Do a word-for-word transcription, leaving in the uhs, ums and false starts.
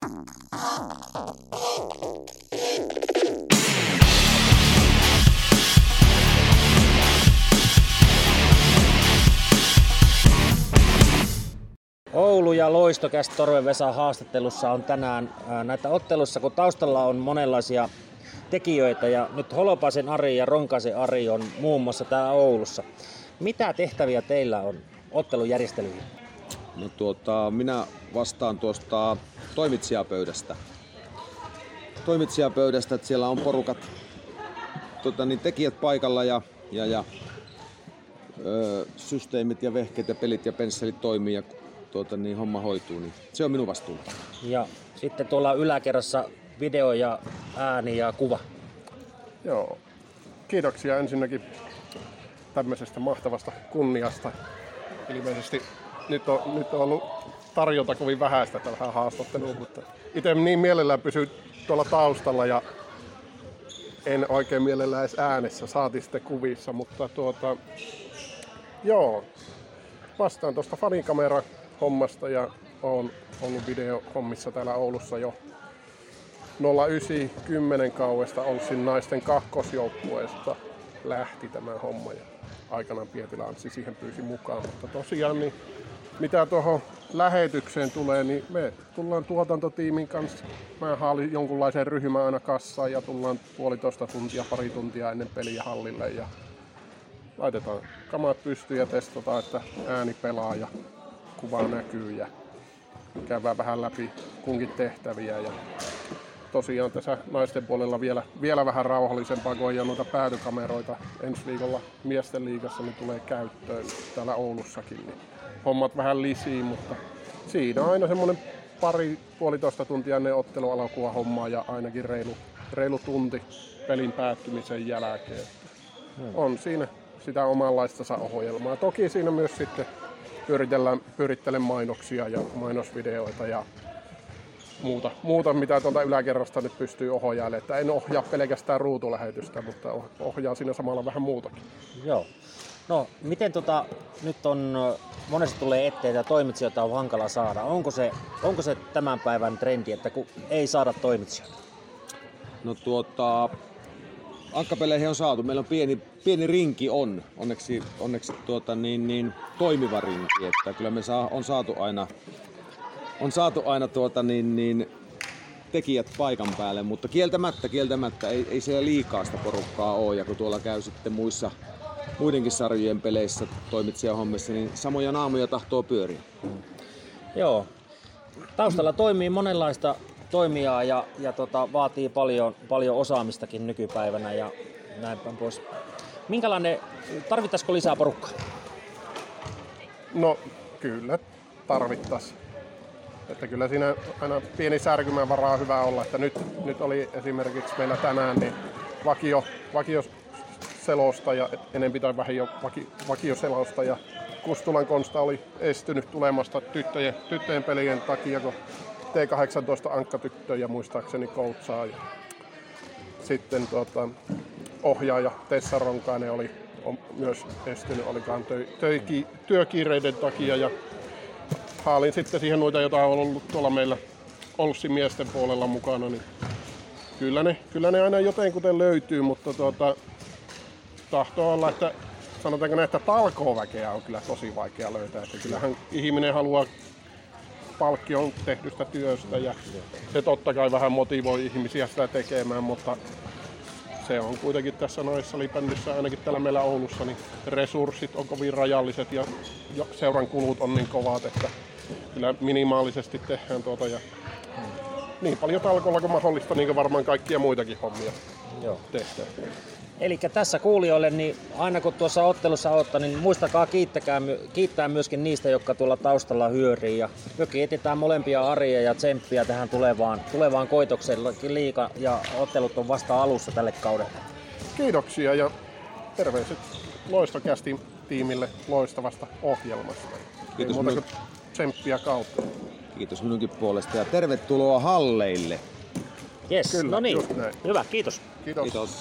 Oulu ja Loistokäst Torven Vesan haastattelussa on tänään näitä ottelussa, kun taustalla on monenlaisia tekijöitä ja nyt Holopaisen Ari ja Ronkaisen Ari on muun muassa täällä Oulussa. Mitä tehtäviä teillä on ottelujärjestelyihin? No tuota, minä vastaan tuosta toimitsijapöydästä. Toimitsijapöydästä, että siellä on porukat, tuota, niin tekijät paikalla ja, ja, ja ö, systeemit ja vehkeet ja pelit ja pensselit toimii ja tuota, niin homma hoituu. Niin se on minun vastuulla. Ja sitten tuolla yläkerrassa video ja ääni ja kuva. Joo. Kiitoksia ensinnäkin tämmöisestä mahtavasta kunniasta. Ilmeisesti nyt on, nyt on ollut tarjota kovin vähäistä tähän haastatteluun, mutta itse niin mielellään pysyn tuolla taustalla ja en oikein mielellään edes äänessä, saati sitten kuvissa, mutta tuota, joo, vastaan tuosta fanikamera hommasta ja olen ollut videohommissa täällä Oulussa jo nolla yhdeksän kymmenen kauesta Olssin naisten kakkosjoukkueesta lähti tämä homma ja aikanaan Pietilä Anssi siihen pyysi mukaan, mutta tosiaan niin mitä tuohon lähetykseen tulee, niin me tullaan tuotantotiimin kanssa. Mä haalin jonkunlaisen ryhmän aina kassaan ja tullaan puolitoista tuntia, pari tuntia ennen peliä hallille ja laitetaan kamat pystyyn ja testataan, että ääni pelaa ja kuva näkyy ja käydään vähän läpi kunkin tehtäviä. Ja tosiaan tässä naisten puolella vielä, vielä vähän rauhallisempaa, kun on noita päätykameroita ensi viikolla miesten liigassa niin tulee käyttöön täällä Oulussakin. Niin hommat vähän lisiin, mutta siinä on aina semmoinen pari, puolitoista tuntia ennen ottelualkua hommaa ja ainakin reilu, reilu tunti pelin päättymisen jälkeen. Hmm. On siinä sitä omanlaistansa ohjelmaa. Toki siinä myös sitten pyritellään, pyrittelen mainoksia ja mainosvideoita ja muuta, muuta mitä tuolta yläkerrasta nyt pystyy ohjailemaan. Että en ohjaa pelkästään ruutulähetystä, mutta ohjaa siinä samalla vähän muutakin. Joo. No, miten tota, nyt on, monesti tulee eteen, että toimitsijoita on hankala saada. Onko se, onko se tämän päivän trendi, että kun ei saada toimitsijoita? No tuota, ankkapeleihin on saatu. Meillä on pieni, pieni rinki on, onneksi, onneksi tuota, niin, niin, toimiva rinki, että kyllä me saa, on saatu aina, on saatu aina tuota, niin, niin, tekijät paikan päälle, mutta kieltämättä, kieltämättä ei, ei siellä liikaa sitä porukkaa ole, ja kun tuolla käy sitten muissa muidenkin sarjojen peleissä toimitsijahommissa, niin samoja naamoja tahtoo pyöriä. Hmm. Joo. Taustalla toimii monenlaista toimijaa ja, ja tota, vaatii paljon, paljon osaamistakin nykypäivänä ja näin päin pois. Minkälainen, tarvittaisiko lisää porukkaa? No kyllä tarvittaisiin. Että kyllä siinä aina pieni särkymän varaa on hyvä olla. Että nyt, nyt oli esimerkiksi meillä tänään niin vakio, vakio selostaja, enempi tai vähin vaki, vakioselostaja. Kustulan Konsta oli estynyt tulemasta tyttöjen, tyttöjen pelien takia, kun T kahdeksantoista ankkatyttöjä muistaakseni koutsaa. Ja sitten tuota, ohjaaja Tessa Ronkainen oli myös estynyt, olikaan tö, töiki, työkiireiden takia. Ja haalin sitten siihen noita, joita on ollut tuolla meillä Olssin miesten puolella mukana. Niin kyllä, ne, kyllä ne aina jotenkuten löytyy, mutta tuota, tahtoo olla, että sanotaanko näin, että talkooväkeä on kyllä tosi vaikea löytää. Että kyllähän ihminen haluaa palkkion tehdystä työstä ja se totta kai vähän motivoi ihmisiä sitä tekemään, mutta se on kuitenkin tässä naissalibändissä, ainakin täällä meillä Oulussa, niin resurssit on kovin rajalliset ja seuran kulut on niin kovat, että kyllä minimaalisesti tehdään tuota ja niin paljon talkolla kuin mahdollista, niin kuin varmaan kaikkia muitakin hommia Joo. tehdään. Eli tässä kuulijoille, niin aina kun tuossa ottelussa olette, niin muistakaa kiittäkää, kiittää myöskin niistä, jotka tuolla taustalla hyörii. Ja me kiitetään molempia Aria ja tsemppiä tähän tulevaan, tulevaan koitokseen. Liiga ja ottelut on vasta alussa tälle kaudelle. Kiitoksia ja terveiset Loistokästin tiimille loistavasta ohjelmasta. Kiitos Ei muuta minun... kuin tsemppiä kautta. Kiitos minunkin puolesta ja tervetuloa halleille. Yes, Kyllä, no niin. just näin. Hyvä, kiitos. Kiitos. Kiitos.